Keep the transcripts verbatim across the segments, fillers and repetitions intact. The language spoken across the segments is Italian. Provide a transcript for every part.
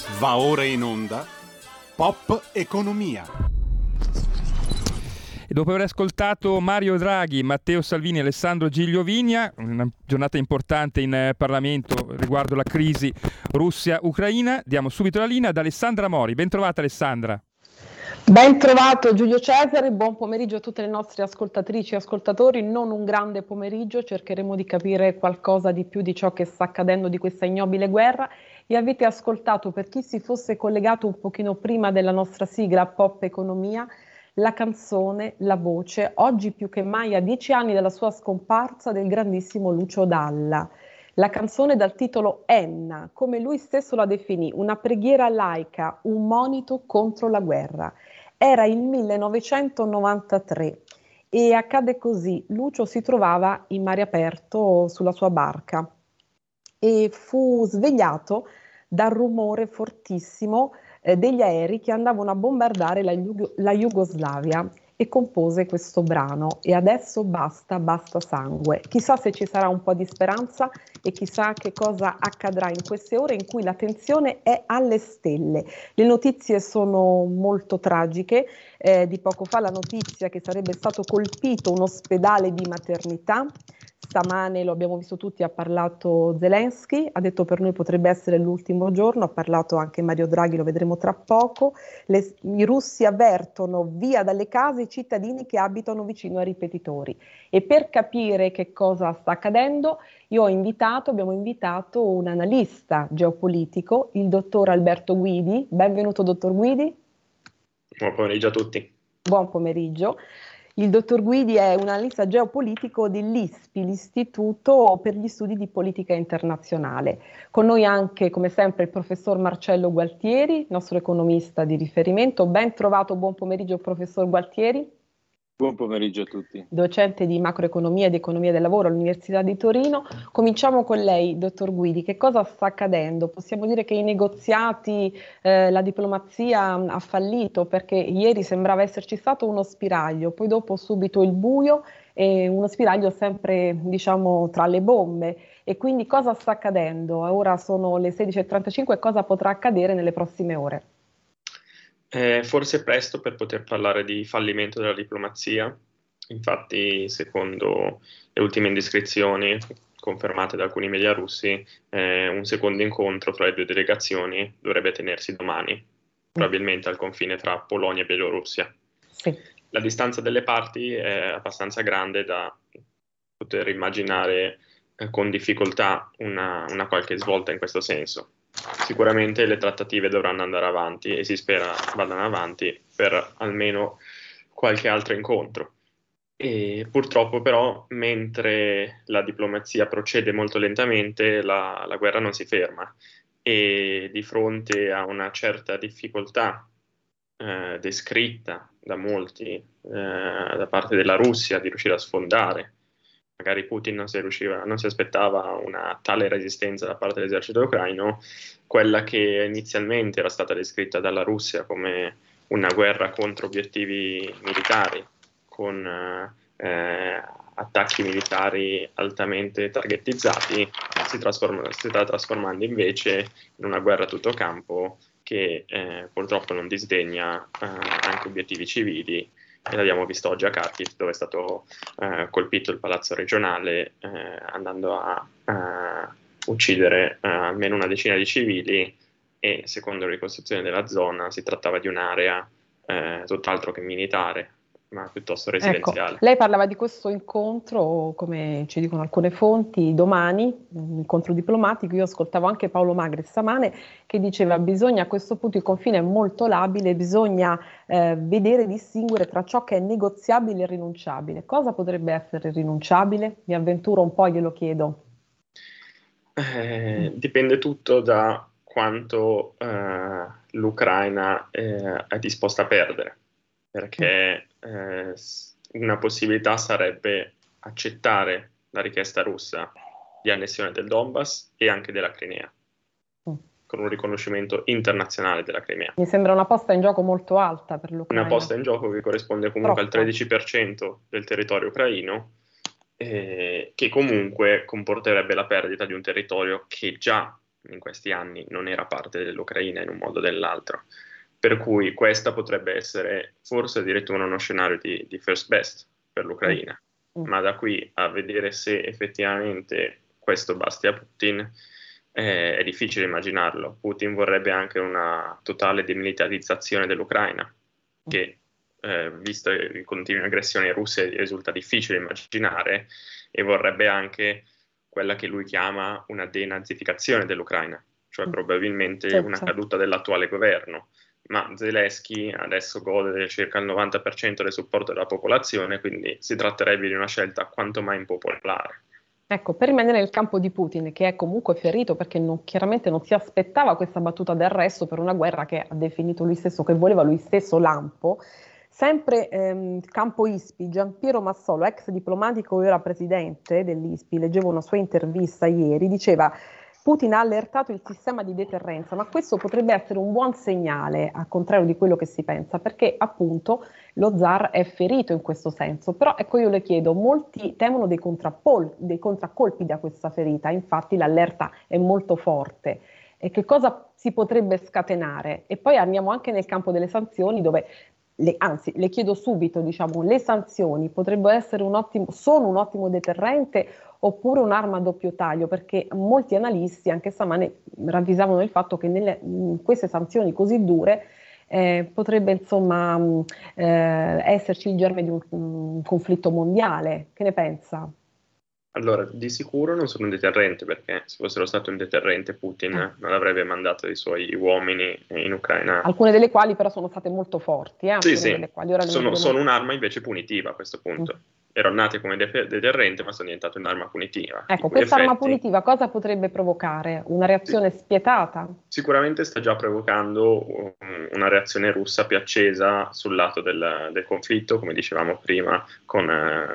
Va ora in onda Pop Economia. E dopo aver ascoltato Mario Draghi, Matteo Salvini e Alessandro Giglio-Vigna, una giornata importante in Parlamento riguardo la crisi Russia-Ucraina, diamo subito la linea ad Alessandra Mori. Ben trovata Alessandra. Ben trovato Giulio Cesare, buon pomeriggio a tutte le nostre ascoltatrici e ascoltatori. Non un grande pomeriggio, cercheremo di capire qualcosa di più di ciò che sta accadendo di questa ignobile guerra. E avete ascoltato, per chi si fosse collegato un pochino prima della nostra sigla Pop Economia, la canzone, la voce, oggi più che mai a dieci anni dalla sua scomparsa, del grandissimo Lucio Dalla. La canzone dal titolo Enna, come lui stesso la definì, una preghiera laica, un monito contro la guerra. Era il millenovecentonovantatré e accade così: Lucio si trovava in mare aperto sulla sua barca e fu svegliato dal rumore fortissimo eh, degli aerei che andavano a bombardare la, Jug- la Jugoslavia, e compose questo brano: E adesso basta, basta sangue. Chissà se ci sarà un po' di speranza e chissà che cosa accadrà in queste ore in cui la tensione è alle stelle. Le notizie sono molto tragiche. Eh, di poco fa la notizia che sarebbe stato colpito un ospedale di maternità. Stamane, lo abbiamo visto tutti, ha parlato Zelensky, ha detto per noi potrebbe essere l'ultimo giorno, ha parlato anche Mario Draghi, lo vedremo tra poco. Le, I russi avvertono: via dalle case i cittadini che abitano vicino ai ripetitori. E per capire che cosa sta accadendo, io ho invitato, abbiamo invitato un analista geopolitico, il dottor Alberto Guidi. Benvenuto dottor Guidi. Buon pomeriggio a tutti. Buon pomeriggio. Il dottor Guidi è un analista geopolitico dell'I S P I, l'Istituto per gli Studi di Politica Internazionale. Con noi anche, come sempre, il professor Marcello Gualtieri, nostro economista di riferimento. Ben trovato, buon pomeriggio professor Gualtieri. Buon pomeriggio a tutti. Docente di macroeconomia ed economia del lavoro all'Università di Torino. Cominciamo con lei, dottor Guidi. Che cosa sta accadendo? Possiamo dire che i negoziati, eh, la diplomazia ha fallito, perché ieri sembrava esserci stato uno spiraglio, poi dopo subito il buio e uno spiraglio sempre, diciamo, tra le bombe. E quindi cosa sta accadendo? Ora sono le sedici e trentacinque, cosa potrà accadere nelle prossime ore? Eh, forse presto per poter parlare di fallimento della diplomazia. Infatti, secondo le ultime indiscrezioni confermate da alcuni media russi, eh, un secondo incontro fra le due delegazioni dovrebbe tenersi domani, probabilmente al confine tra Polonia e Bielorussia. Sì. La distanza delle parti è abbastanza grande da poter immaginare eh, con difficoltà una, una qualche svolta in questo senso. Sicuramente le trattative dovranno andare avanti e si spera vadano avanti per almeno qualche altro incontro. E purtroppo però, mentre la diplomazia procede molto lentamente, la, la guerra non si ferma, e di fronte a una certa difficoltà eh, descritta da molti eh, da parte della Russia di riuscire a sfondare, magari Putin non si, riusciva, non si aspettava una tale resistenza da parte dell'esercito ucraino, quella che inizialmente era stata descritta dalla Russia come una guerra contro obiettivi militari, con eh, attacchi militari altamente targetizzati, si, trasforma, si sta trasformando invece in una guerra a tutto campo che eh, purtroppo non disdegna eh, anche obiettivi civili. E l'abbiamo visto oggi a Kharkiv, dove è stato eh, colpito il palazzo regionale, eh, andando a eh, uccidere eh, almeno una decina di civili, e secondo le ricostruzioni della zona si trattava di un'area eh, tutt'altro che militare, ma piuttosto residenziale. Ecco, lei parlava di questo incontro, come ci dicono alcune fonti, domani, un incontro diplomatico. Io ascoltavo anche Paolo Magri stamane che diceva: bisogna, a questo punto il confine è molto labile, bisogna eh, vedere, distinguere tra ciò che è negoziabile e rinunciabile. Cosa potrebbe essere rinunciabile? Mi avventuro un po', glielo chiedo. Eh, dipende tutto da quanto eh, l'Ucraina eh, è disposta a perdere, perché eh, una possibilità sarebbe accettare la richiesta russa di annessione del Donbass e anche della Crimea, Mm. con un riconoscimento internazionale della Crimea. Mi sembra una posta in gioco molto alta per l'Ucraina. Una posta in gioco che corrisponde comunque Troppo. al tredici per cento del territorio ucraino, eh, che comunque comporterebbe la perdita di un territorio che già in questi anni non era parte dell'Ucraina in un modo o nell'altro. Per cui questa potrebbe essere forse addirittura uno scenario di, di first best per l'Ucraina, mm. ma da qui a vedere se effettivamente questo basti a Putin eh, è difficile immaginarlo. Putin vorrebbe anche una totale demilitarizzazione dell'Ucraina, che eh, visto le continue aggressioni russe risulta difficile immaginare, e vorrebbe anche quella che lui chiama una denazificazione dell'Ucraina, cioè probabilmente certo. una caduta dell'attuale governo. Ma Zelensky adesso gode circa il novanta per cento del supporto della popolazione, quindi si tratterebbe di una scelta quanto mai impopolare. Ecco, per rimanere nel campo di Putin, che è comunque ferito perché non, chiaramente non si aspettava questa battuta d'arresto per una guerra che ha definito lui stesso, che voleva lui stesso lampo, sempre ehm, campo I S P I, Giampiero Massolo, ex diplomatico e ora presidente dell'I S P I, leggevo una sua intervista ieri, diceva: Putin ha allertato il sistema di deterrenza, ma questo potrebbe essere un buon segnale, al contrario di quello che si pensa, perché appunto lo zar è ferito in questo senso. Però ecco, io le chiedo, molti temono dei, contrappol- dei contraccolpi da questa ferita, infatti l'allerta è molto forte. E che cosa si potrebbe scatenare? E poi andiamo anche nel campo delle sanzioni, dove Le, anzi, le chiedo subito, diciamo, le sanzioni potrebbero essere un ottimo, sono un ottimo deterrente oppure un'arma a doppio taglio? Perché molti analisti anche stamane ravvisavano il fatto che nelle, in queste sanzioni così dure eh, potrebbe insomma mh, eh, esserci il germe di un, un conflitto mondiale. Che ne pensa? Allora, di sicuro non sono un deterrente, perché se fossero stato un deterrente Putin Eh. non avrebbe mandato i suoi uomini in Ucraina. Alcune delle quali però sono state molto forti. Eh? Sì, Alcune sì, delle quali. Ora sono, vedremo. sono un'arma invece punitiva a questo punto. Mm. Erano nate come de- deterrente, ma sono diventate un'arma punitiva. Ecco, quest'arma punitiva cosa potrebbe provocare? Una reazione sì, spietata? sicuramente sta già provocando um, una reazione russa più accesa sul lato del, del conflitto, come dicevamo prima, con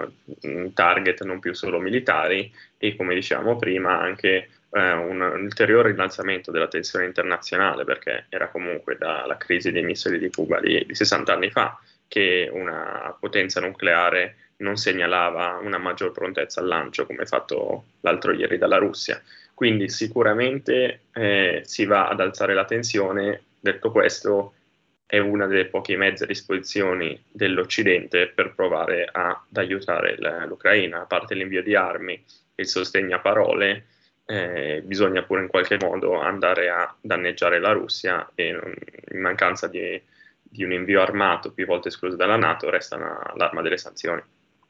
uh, target non più solo militari, e come dicevamo prima anche uh, un, un ulteriore innalzamento della tensione internazionale, perché era comunque dalla crisi dei missili di Cuba di, di sessanta anni fa che una potenza nucleare non segnalava una maggior prontezza al lancio, come fatto l'altro ieri dalla Russia. Quindi sicuramente eh, si va ad alzare la tensione. Detto questo, è una delle poche mezze disposizioni dell'Occidente per provare a, ad aiutare l'Ucraina. A parte l'invio di armi e il sostegno a parole, eh, bisogna pure in qualche modo andare a danneggiare la Russia, e non, in mancanza di, di un invio armato più volte escluso dalla NATO resta una, l'arma delle sanzioni.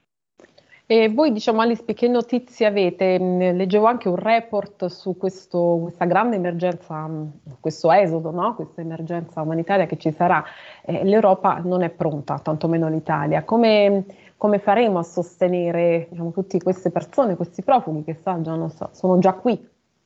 E voi, diciamo, Alice, che notizie avete? Leggevo anche un report su questo, questa grande emergenza, questo esodo, no? Questa emergenza umanitaria che ci sarà. Eh, L'Europa non è pronta, tantomeno l'Italia. Come, come faremo a sostenere, diciamo, tutte queste persone, questi profughi che sono, sono già qui?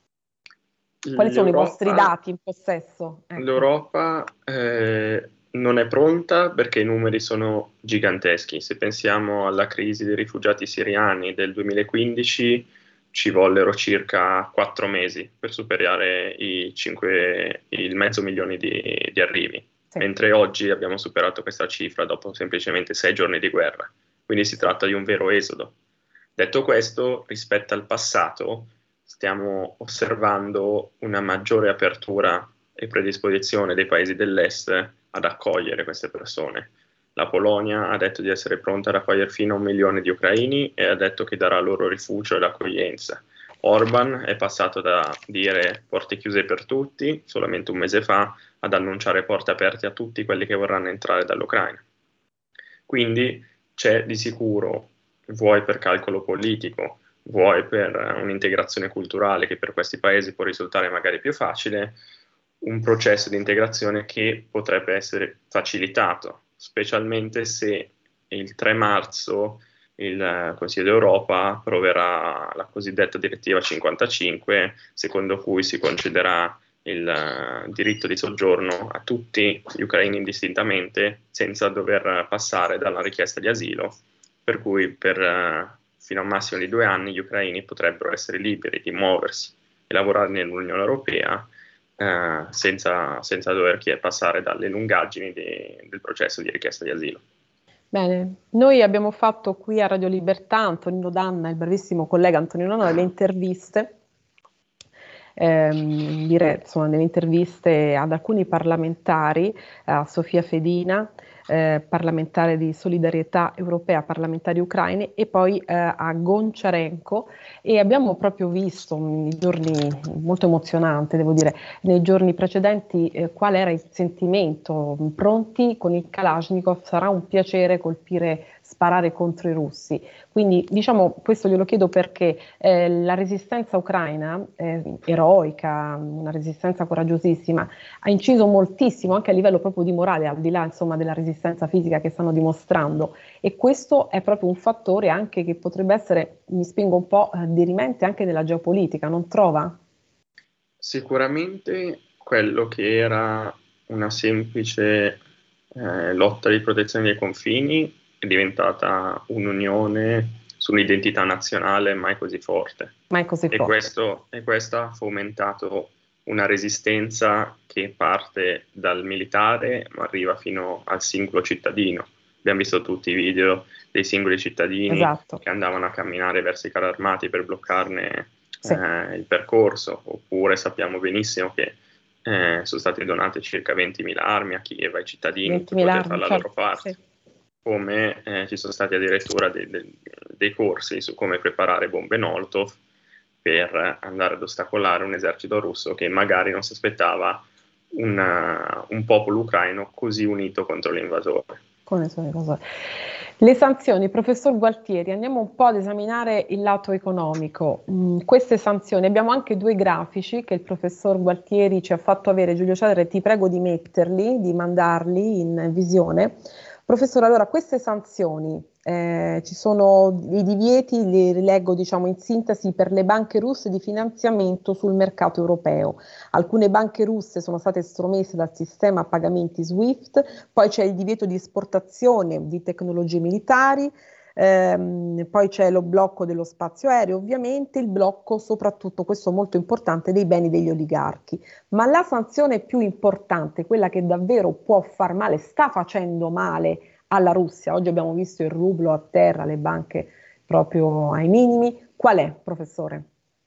Quali sono i vostri dati in possesso? Ecco. L'Europa eh, non è pronta perché i numeri sono giganteschi. Se pensiamo alla crisi dei rifugiati siriani del duemilaquindici, ci vollero circa quattro mesi per superare i cinque, il mezzo milione di, di arrivi, sì. Mentre oggi abbiamo superato questa cifra dopo semplicemente sei giorni di guerra. Quindi si tratta di un vero esodo. Detto questo, rispetto al passato, stiamo osservando una maggiore apertura e predisposizione dei paesi dell'est ad accogliere queste persone. La Polonia ha detto di essere pronta ad accogliere fino a un milione di ucraini e ha detto che darà loro rifugio ed accoglienza. Orban è passato da dire porte chiuse per tutti, solamente un mese fa, ad annunciare porte aperte a tutti quelli che vorranno entrare dall'Ucraina. Quindi c'è di sicuro, vuoi per calcolo politico, vuoi per un'integrazione culturale che per questi paesi può risultare magari più facile, un processo di integrazione che potrebbe essere facilitato, specialmente se il tre marzo il Consiglio d'Europa approverà la cosiddetta direttiva cinquantacinque, secondo cui si concederà il diritto di soggiorno a tutti gli ucraini indistintamente, senza dover passare dalla richiesta di asilo, per cui per fino a un massimo di due anni gli ucraini potrebbero essere liberi di muoversi e lavorare nell'Unione Europea eh, senza, senza dover passare dalle lungaggini di, del processo di richiesta di asilo. Bene, noi abbiamo fatto qui a Radio Libertà, Antonino Danna, il bravissimo collega Antonino Danna, delle interviste ehm, dire, insomma, nelle interviste ad alcuni parlamentari, a Sofia Fedina, eh, parlamentare di Solidarietà Europea, parlamentari ucraini, e poi eh, a Goncharenko, e abbiamo proprio visto nei giorni, molto emozionante devo dire, nei giorni precedenti eh, qual era il sentimento: pronti con il Kalashnikov, sarà un piacere colpire, sparare contro i russi. Quindi diciamo, questo glielo chiedo perché eh, la resistenza ucraina, eh, eroica, una resistenza coraggiosissima, ha inciso moltissimo anche a livello proprio di morale, al di là insomma della resistenza fisica che stanno dimostrando, e questo è proprio un fattore anche che potrebbe essere, mi spingo un po', eh, dirimente anche nella geopolitica, non trova? Sicuramente quello che era una semplice eh, lotta di protezione dei confini è diventata un'unione su un'identità nazionale mai così forte. Ma è così E forte. questo, e questo ha fomentato una resistenza che parte dal militare ma arriva fino al singolo cittadino. Abbiamo visto tutti i video dei singoli cittadini Esatto. che andavano a camminare verso i carri armati per bloccarne Sì. eh, il percorso, oppure sappiamo benissimo che eh, sono state donate circa ventimila armi a Kiev, ai cittadini, per ventimila poter fare armi, la certo, loro parte. sì. Come eh, ci sono stati addirittura dei, dei, dei corsi su come preparare bombe Molotov per andare ad ostacolare un esercito russo che magari non si aspettava una, un popolo ucraino così unito contro l'invasore. Come sono le cose. Le sanzioni, professor Gualtieri, andiamo un po' ad esaminare il lato economico. Mm, queste sanzioni, abbiamo anche due grafici che il professor Gualtieri ci ha fatto avere. Giulio Cesare, ti prego di metterli, di mandarli in visione. Professore, allora, queste sanzioni, eh, ci sono i divieti, li rileggo diciamo in sintesi, per le banche russe di finanziamento sul mercato europeo. Alcune banche russe sono state estromesse dal sistema a pagamenti SWIFT, poi c'è il divieto di esportazione di tecnologie militari, ehm, poi c'è lo blocco dello spazio aereo, ovviamente il blocco soprattutto, questo molto importante, dei beni degli oligarchi. Ma la sanzione più importante, quella che davvero può far male, sta facendo male alla Russia, oggi abbiamo visto il rublo a terra, le banche proprio ai minimi, qual è, professore?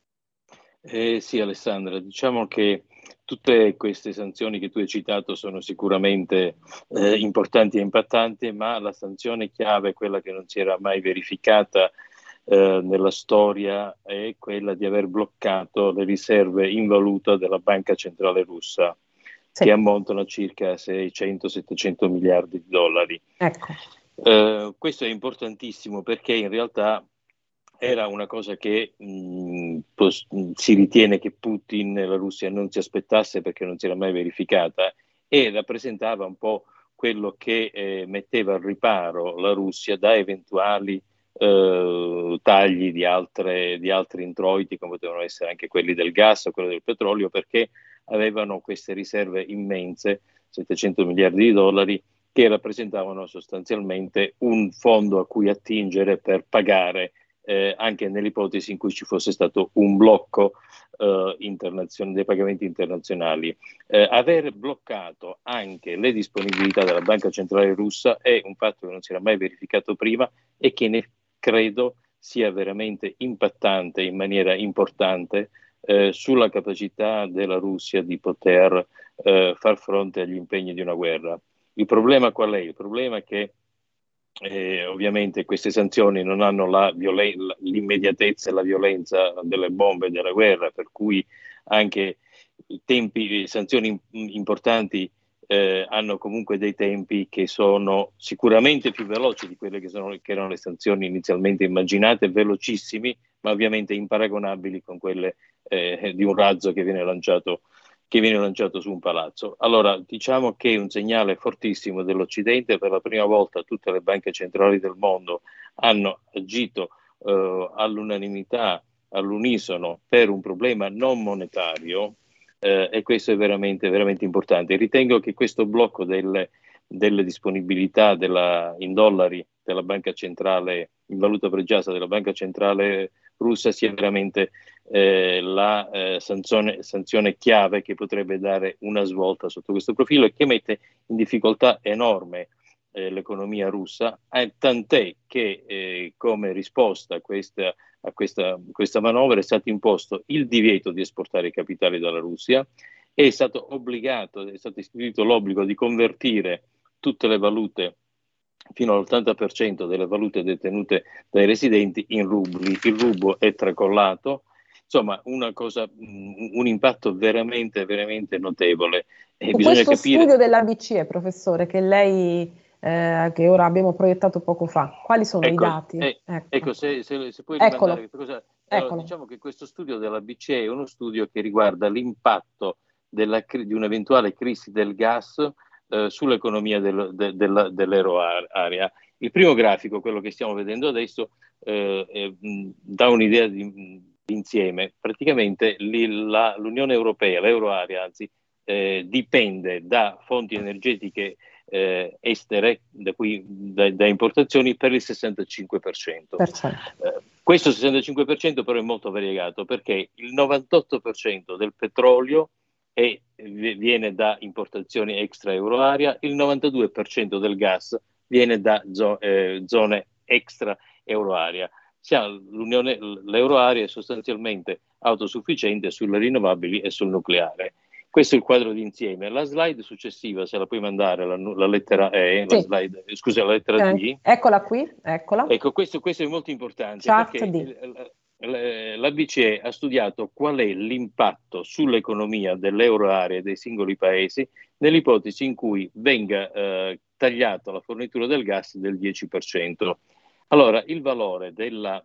Eh, sì, Alessandra, diciamo che tutte queste sanzioni che tu hai citato sono sicuramente eh, importanti e impattanti, ma la sanzione chiave, quella che non si era mai verificata eh, nella storia, è quella di aver bloccato le riserve in valuta della Banca Centrale Russa, Sì. che ammontano a circa seicento settecento miliardi di dollari. Ecco. Eh, questo è importantissimo perché in realtà era una cosa che mh, pos- si ritiene che Putin e la Russia non si aspettasse perché non si era mai verificata, e rappresentava un po' quello che eh, metteva al riparo la Russia da eventuali eh, tagli di, altre, di altri introiti, come potevano essere anche quelli del gas o quelli del petrolio, perché avevano queste riserve immense, settecento miliardi di dollari, che rappresentavano sostanzialmente un fondo a cui attingere per pagare Eh, anche nell'ipotesi in cui ci fosse stato un blocco eh, internazion- dei pagamenti internazionali. Eh, aver bloccato anche le disponibilità della Banca Centrale Russa è un fatto che non si era mai verificato prima e che ne credo sia veramente impattante in maniera importante eh, sulla capacità della Russia di poter eh, far fronte agli impegni di una guerra. Il problema qual è? Il problema è che Eh, ovviamente queste sanzioni non hanno la violen- l'immediatezza e la violenza delle bombe della guerra, per cui anche i tempi, sanzioni importanti eh, hanno comunque dei tempi che sono sicuramente più veloci di quelle che, sono, che erano le sanzioni inizialmente immaginate, velocissimi, ma ovviamente imparagonabili con quelle eh, di un razzo che viene lanciato che viene lanciato su un palazzo. Allora, diciamo che è un segnale fortissimo dell'Occidente. Per la prima volta tutte le banche centrali del mondo hanno agito eh, all'unanimità, all'unisono, per un problema non monetario eh, e questo è veramente, veramente importante. Ritengo che questo blocco delle, delle disponibilità della, in dollari della banca centrale, in valuta pregiata della banca centrale russa sia veramente eh, la eh, sanzione, sanzione chiave che potrebbe dare una svolta sotto questo profilo e che mette in difficoltà enorme eh, l'economia russa, eh, tant'è che eh, come risposta a questa, a questa, questa manovra è stato imposto il divieto di esportare i capitali dalla Russia, è stato obbligato, è stato istituito l'obbligo di convertire tutte le valute fino all'ottanta per cento delle valute detenute dai residenti in rubli. Il rublo è tracollato, insomma una cosa, un impatto veramente, veramente notevole. E Su bisogna questo capire... studio della B C E, professore, che lei, eh, che ora abbiamo proiettato poco fa, quali sono ecco, i dati? Eh, ecco. ecco, se, se, se puoi Eccolo. rimandare questa cosa... Allora, diciamo che questo studio della B C E è uno studio che riguarda l'impatto della, di un'eventuale crisi del gas eh, sull'economia del, de, della, dell'euro area. Il primo grafico, quello che stiamo vedendo adesso, eh, eh, dà un'idea di, di insieme. Praticamente la, l'Unione Europea, l'euro area, anzi, eh, dipende da fonti energetiche eh, estere, da, cui, da, da importazioni, per il sessantacinque per cento. Per cento. Eh, questo sessantacinque per cento però è molto variegato, perché il novantotto per cento del petrolio è, viene da importazioni extra euro area, il novantadue per cento del gas viene da zo- eh, zone extra euro area. L'Unione, l'euro area è sostanzialmente autosufficiente sulle rinnovabili e sul nucleare. Questo è il quadro d'insieme. La slide successiva, se la puoi mandare, la, la lettera E, sì. la slide, scusa, la lettera eh, D. Eccola qui, eccola. Ecco, questo, questo è molto importante. Chart perché D. la, la B C E ha studiato qual è l'impatto sull'economia dell'euro area e dei singoli paesi nell'ipotesi in cui venga eh, tagliata la fornitura del gas del dieci per cento. Allora, il valore della,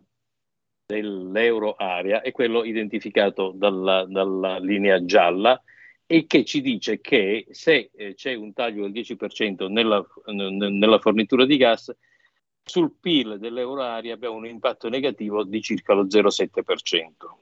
dell'euro area è quello identificato dalla, dalla linea gialla, e che ci dice che se eh, c'è un taglio del dieci per cento nella, n- nella fornitura di gas, sul P I L dell'euro area abbiamo un impatto negativo di circa lo zero virgola sette per cento.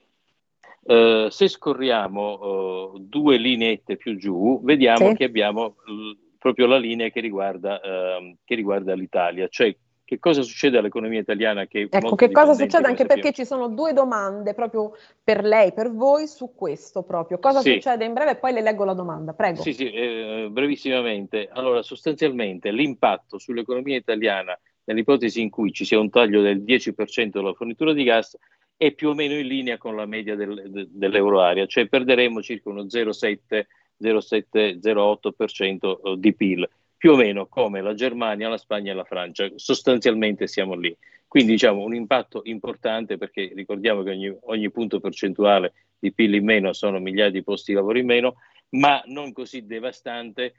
Eh, se scorriamo eh, due lineette più giù, vediamo sì. che abbiamo l- proprio la linea che riguarda, eh, che riguarda l'Italia, cioè che cosa succede all'economia italiana, che è ecco, molto che cosa dipendente, succede, come anche sappiamo. perché ci sono due domande proprio per lei, per voi, su questo proprio. Cosa Sì. succede in breve, poi le leggo la domanda, prego. Sì, sì, eh, brevissimamente. Allora, sostanzialmente l'impatto sull'economia italiana nell'ipotesi in cui ci sia un taglio del dieci per cento della fornitura di gas è più o meno in linea con la media del, de, dell'euro area, cioè perderemo circa uno zero virgola sette zero virgola otto per cento di P I L, più o meno come la Germania, la Spagna e la Francia. Sostanzialmente siamo lì. Quindi diciamo un impatto importante, perché ricordiamo che ogni, ogni punto percentuale di P I L in meno sono migliaia di posti di lavoro in meno, ma non così devastante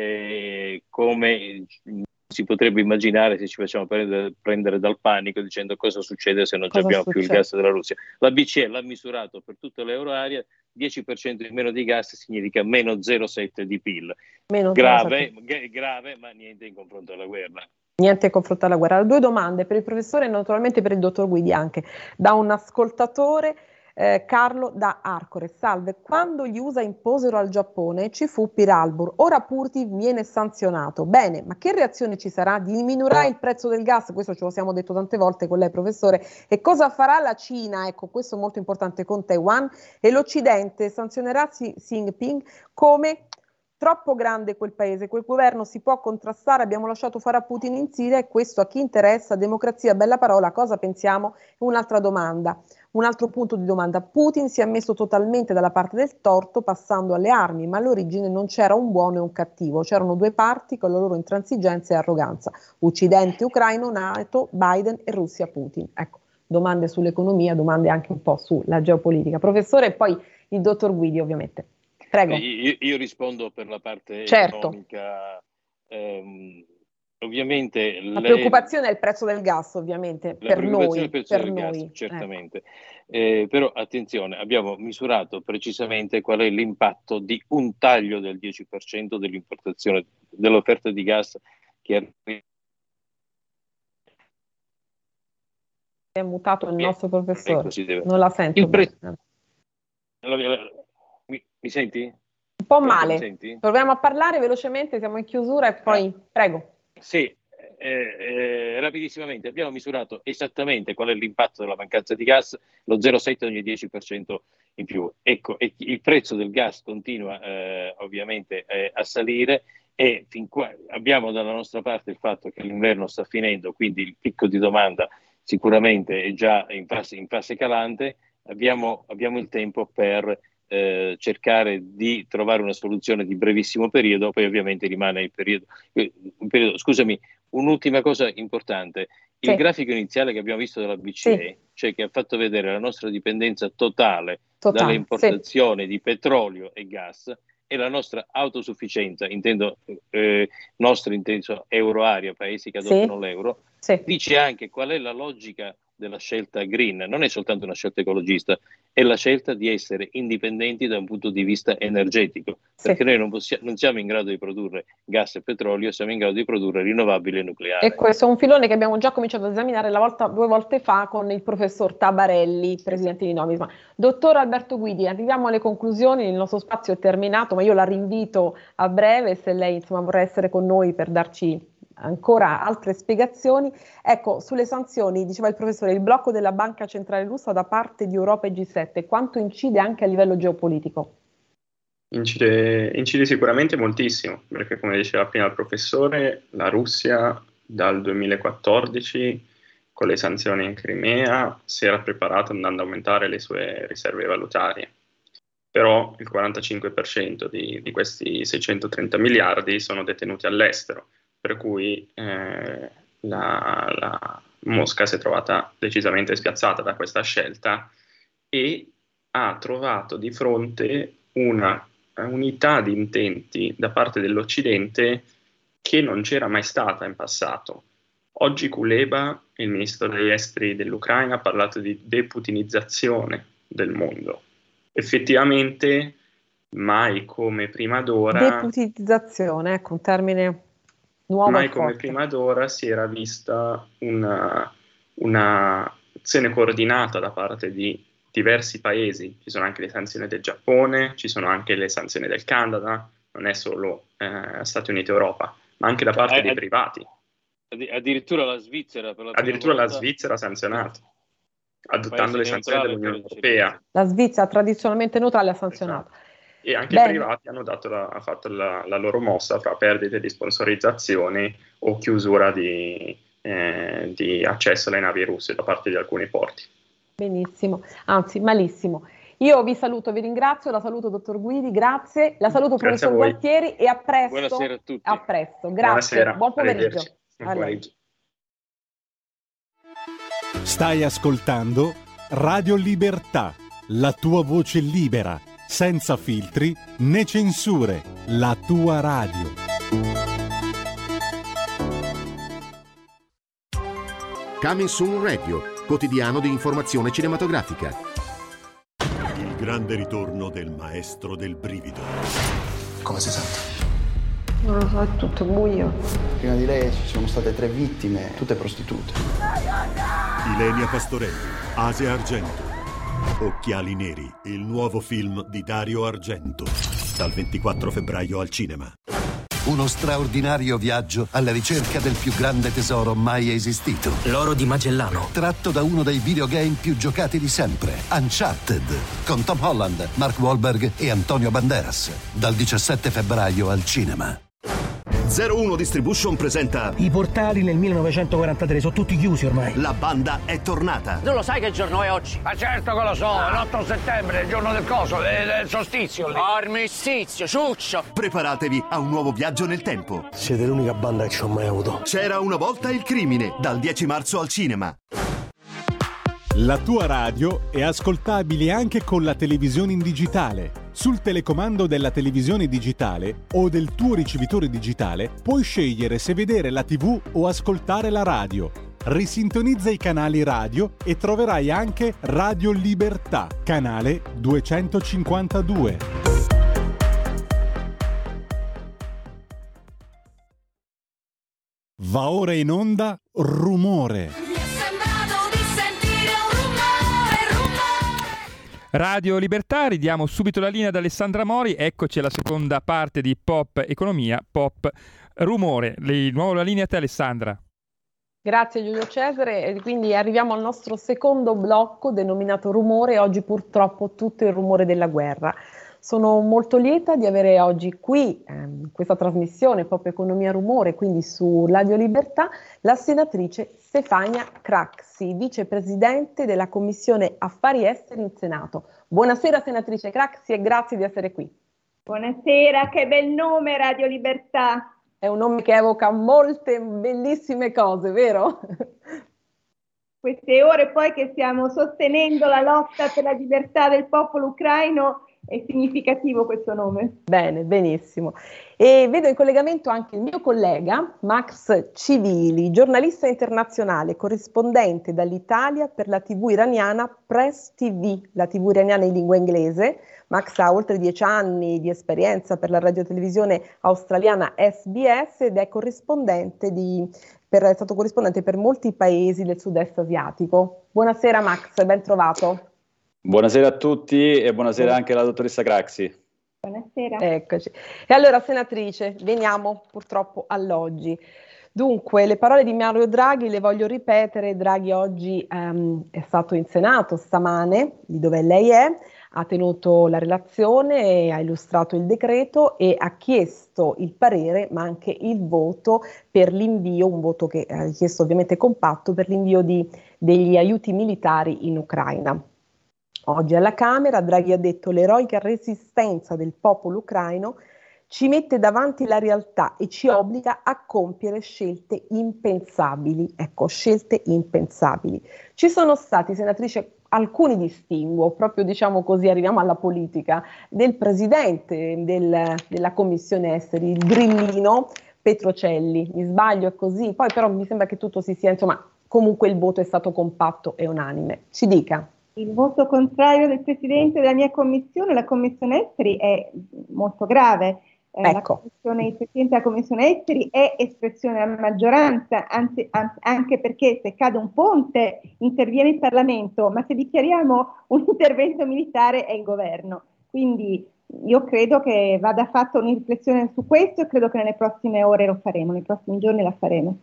eh, come si potrebbe immaginare se ci facciamo prendere, prendere dal panico dicendo cosa succede se non Cosa abbiamo succede? più il gas della Russia. La B C E l'ha misurato per tutta l'euro area, dieci per cento in meno di gas significa meno zero virgola sette di P I L. Meno grave, g- grave, ma niente in confronto alla guerra. Niente in confronto alla guerra. Due domande per il professore e naturalmente per il dottor Guidi anche. Da un ascoltatore, eh, Carlo da Arcore. Salve, quando gli U S A imposero al Giappone ci fu Pearl Harbor, ora Putin viene sanzionato. Bene, ma che reazione ci sarà? Diminuirà il prezzo del gas? Questo ce lo siamo detto tante volte con lei, professore. E cosa farà la Cina? Ecco, questo è molto importante, con Taiwan. E l'Occidente sanzionerà Xi Jinping come... Troppo grande quel paese, quel governo si può contrastare, abbiamo lasciato fare a Putin in Siria e questo a chi interessa, democrazia, bella parola, cosa pensiamo? Un'altra domanda, un altro punto di domanda. Putin si è messo totalmente dalla parte del torto passando alle armi, ma all'origine non c'era un buono e un cattivo, c'erano due parti con la loro intransigenza e arroganza, Occidente ucraino, NATO, Biden e Russia Putin. Ecco, domande sull'economia, domande anche un po' sulla geopolitica. Professore, e poi il dottor Guidi ovviamente. Prego. Io, io rispondo per la parte certo. economica. Ehm, ovviamente la le, preoccupazione è il prezzo del gas, ovviamente, la per preoccupazione noi. è il prezzo per del noi. gas, certamente. Ecco. Eh, però attenzione, abbiamo misurato precisamente qual è l'impatto di un taglio del dieci per cento dell'importazione dell'offerta di gas che arriva. È mutato il nostro professore, deve... non la sento. Il pre... bene. Mi, mi senti? Un po' Pronto, male. mi senti? Proviamo a parlare velocemente, siamo in chiusura e poi ah. prego. Sì, eh, eh, rapidissimamente abbiamo misurato esattamente qual è l'impatto della mancanza di gas, lo zero virgola sette ogni dieci per cento in più. Ecco, e il prezzo del gas continua eh, ovviamente eh, a salire e fin qua abbiamo dalla nostra parte il fatto che l'inverno sta finendo, quindi il picco di domanda sicuramente è già in fase, in fase calante, abbiamo, abbiamo il tempo per eh, cercare di trovare una soluzione di brevissimo periodo, poi ovviamente rimane il periodo, il periodo scusami, un'ultima cosa importante, il sì. grafico iniziale che abbiamo visto dalla B C E, sì. cioè che ha fatto vedere la nostra dipendenza totale, totale dalle importazioni sì. di petrolio e gas, e la nostra autosufficienza, intendo eh, nostra inteso euro area, paesi che adottano sì. l'euro, sì. dice anche qual è la logica della scelta green. Non è soltanto una scelta ecologista, è la scelta di essere indipendenti da un punto di vista energetico, sì. perché noi non, possiamo, non siamo in grado di produrre gas e petrolio, siamo in grado di produrre rinnovabili e nucleare. E questo è un filone che abbiamo già cominciato ad esaminare la volta, due volte fa con il professor Tabarelli, presidente di Nomisma. Dottor Alberto Guidi, arriviamo alle conclusioni, il nostro spazio è terminato, ma io la rinvito a breve se lei insomma vorrà essere con noi per darci ancora altre spiegazioni. Ecco, sulle sanzioni, diceva il professore, il blocco della Banca Centrale Russa da parte di Europa e G sette, quanto incide anche a livello geopolitico? Incide, incide sicuramente moltissimo, perché come diceva prima il professore, la Russia dal duemilaquattordici con le sanzioni in Crimea si era preparata andando ad aumentare le sue riserve valutarie, però il quarantacinque per cento di, di questi seicentotrenta miliardi sono detenuti all'estero, per cui eh, la, la Mosca si è trovata decisamente spiazzata da questa scelta e ha trovato di fronte una unità di intenti da parte dell'Occidente che non c'era mai stata in passato. Oggi Kuleba, il ministro degli esteri dell'Ucraina, ha parlato di deputinizzazione del mondo. Effettivamente, mai come prima d'ora... Deputinizzazione, ecco, un termine... Nuovo Mai come prima d'ora si era vista una, una azione coordinata da parte di diversi paesi. Ci sono anche le sanzioni del Giappone, ci sono anche le sanzioni del Canada, non è solo eh, Stati Uniti e Europa, ma anche da parte eh, dei privati. Addirittura la Svizzera. Per la addirittura volta... la Svizzera ha sanzionato, adottando le sanzioni dell'Unione Europea. La Svizzera tradizionalmente neutrale ha sanzionato. Esatto. E anche Bene. i privati hanno dato la, ha fatto la, la loro mossa fra perdite di sponsorizzazioni o chiusura di, eh, di accesso alle navi russe da parte di alcuni porti. Benissimo, anzi malissimo. Io vi saluto, vi ringrazio, la saluto dottor Guidi, grazie, la saluto grazie professor Gualtieri e a presto. Buonasera a tutti. A presto, grazie, Buonasera. Buon pomeriggio. Buon pomeriggio. Stai ascoltando Radio Libertà, la tua voce libera, senza filtri né censure, la tua radio. Coming Soon Radio, quotidiano di informazione cinematografica. Il grande ritorno del maestro del brivido. Come si sente? Non lo so, è tutto buio. Prima di lei ci sono state tre vittime, tutte prostitute. Ilenia Pastorelli, Asia Argento. Occhiali neri, il nuovo film di Dario Argento. Dal ventiquattro febbraio al cinema. Uno straordinario viaggio alla ricerca del più grande tesoro mai esistito. L'oro di Magellano. Tratto da uno dei videogame più giocati di sempre, Uncharted, con Tom Holland, Mark Wahlberg e Antonio Banderas. Dal diciassette febbraio al cinema. zero uno Distribution presenta... I portali nel millenovecentoquarantatré sono tutti chiusi ormai. La banda è tornata. Tu lo sai che giorno è oggi? Ma certo che lo so, è l'otto settembre, il giorno del coso, del solstizio lì. Armistizio, ciuccio. Preparatevi a un nuovo viaggio nel tempo. Siete l'unica banda che ci ho mai avuto. C'era una volta il crimine, dal dieci marzo al cinema. La tua radio è ascoltabile anche con la televisione in digitale. Sul telecomando della televisione digitale o del tuo ricevitore digitale puoi scegliere se vedere la tivù o ascoltare la radio. Risintonizza i canali radio e troverai anche Radio Libertà, canale duecentocinquantadue. Va ora in onda Rumore. Radio Libertà, ridiamo subito la linea ad Alessandra Mori, eccoci alla seconda parte di Pop Economia, Pop Rumore. Di nuovo la linea a te Alessandra. Grazie Giulio Cesare, e quindi arriviamo al nostro secondo blocco denominato Rumore, oggi purtroppo tutto il rumore della guerra. Sono molto lieta di avere oggi qui, ehm, questa trasmissione Pop Economia Rumore, quindi su Radio Libertà, la senatrice Stefania Craxi, vicepresidente della Commissione Affari Esteri in Senato. Buonasera senatrice Craxi e grazie di essere qui. Buonasera, che bel nome Radio Libertà. È un nome che evoca molte bellissime cose, vero? Queste ore poi che stiamo sostenendo la lotta per la libertà del popolo ucraino, è significativo questo nome. Bene, benissimo. E vedo in collegamento anche il mio collega Max Civili, giornalista internazionale, corrispondente dall'Italia per la tivù iraniana Press T V, la tivù iraniana in lingua inglese. Max ha oltre dieci anni di esperienza per la radiotelevisione australiana S B S ed è corrispondente di, per, è stato corrispondente per molti paesi del sud-est asiatico. Buonasera Max, ben trovato. Buonasera a tutti e buonasera anche alla dottoressa Craxi. Buonasera. Eccoci. E allora senatrice, veniamo purtroppo all'oggi. Dunque, le parole di Mario Draghi le voglio ripetere. Draghi oggi um, è stato in Senato stamane, di dove lei è, ha tenuto la relazione, ha illustrato il decreto e ha chiesto il parere, ma anche il voto per l'invio, un voto che ha richiesto ovviamente compatto, per l'invio di, degli aiuti militari in Ucraina. Oggi alla Camera Draghi ha detto: l'eroica resistenza del popolo ucraino ci mette davanti la realtà e ci obbliga a compiere scelte impensabili. Ecco, scelte impensabili. Ci sono stati, senatrice, alcuni distinguo, proprio diciamo così, arriviamo alla politica, del presidente del, della Commissione Esteri, il grillino Petrocelli. Mi sbaglio, è così? Poi però mi sembra che tutto si sia, insomma, comunque il voto è stato compatto e unanime. Ci dica. Il voto contrario del Presidente della mia Commissione, la Commissione Esteri, è molto grave. Eh, ecco. la commissione, il Presidente della Commissione Esteri è espressione della maggioranza, anzi, anzi, anche perché se cade un ponte interviene il Parlamento, ma se dichiariamo un intervento militare è il governo. Quindi io credo che vada fatta una riflessione su questo e credo che nelle prossime ore lo faremo, nei prossimi giorni la faremo.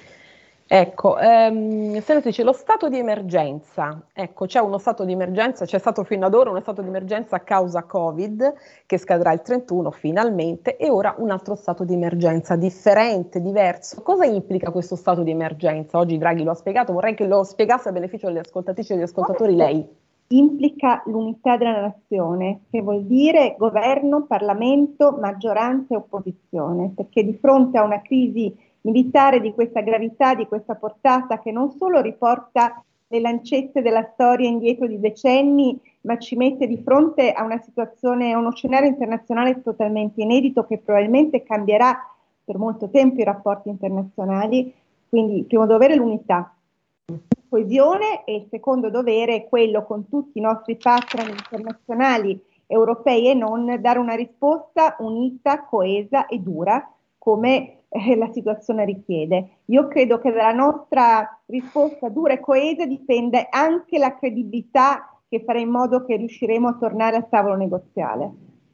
Ecco, ehm, senatrice, lo stato di emergenza, ecco, c'è uno stato di emergenza, c'è stato fino ad ora uno stato di emergenza a causa Covid che scadrà il trentuno finalmente e ora un altro stato di emergenza differente, diverso. Cosa implica questo stato di emergenza? Oggi Draghi lo ha spiegato, vorrei che lo spiegasse a beneficio delle ascoltatrici e degli ascoltatori lei. Implica l'unità della nazione, che vuol dire governo, Parlamento, maggioranza e opposizione, perché di fronte a una crisi militare di questa gravità, di questa portata, che non solo riporta le lancette della storia indietro di decenni, ma ci mette di fronte a una situazione, a uno scenario internazionale totalmente inedito che probabilmente cambierà per molto tempo i rapporti internazionali. Quindi il primo dovere è l'unità, coesione, e il secondo dovere è quello, con tutti i nostri partner internazionali, europei e non, dare una risposta unita, coesa e dura, come eh, la situazione richiede. Io credo che dalla nostra risposta dura e coesa dipende anche la credibilità che farà in modo che riusciremo a tornare al tavolo negoziale.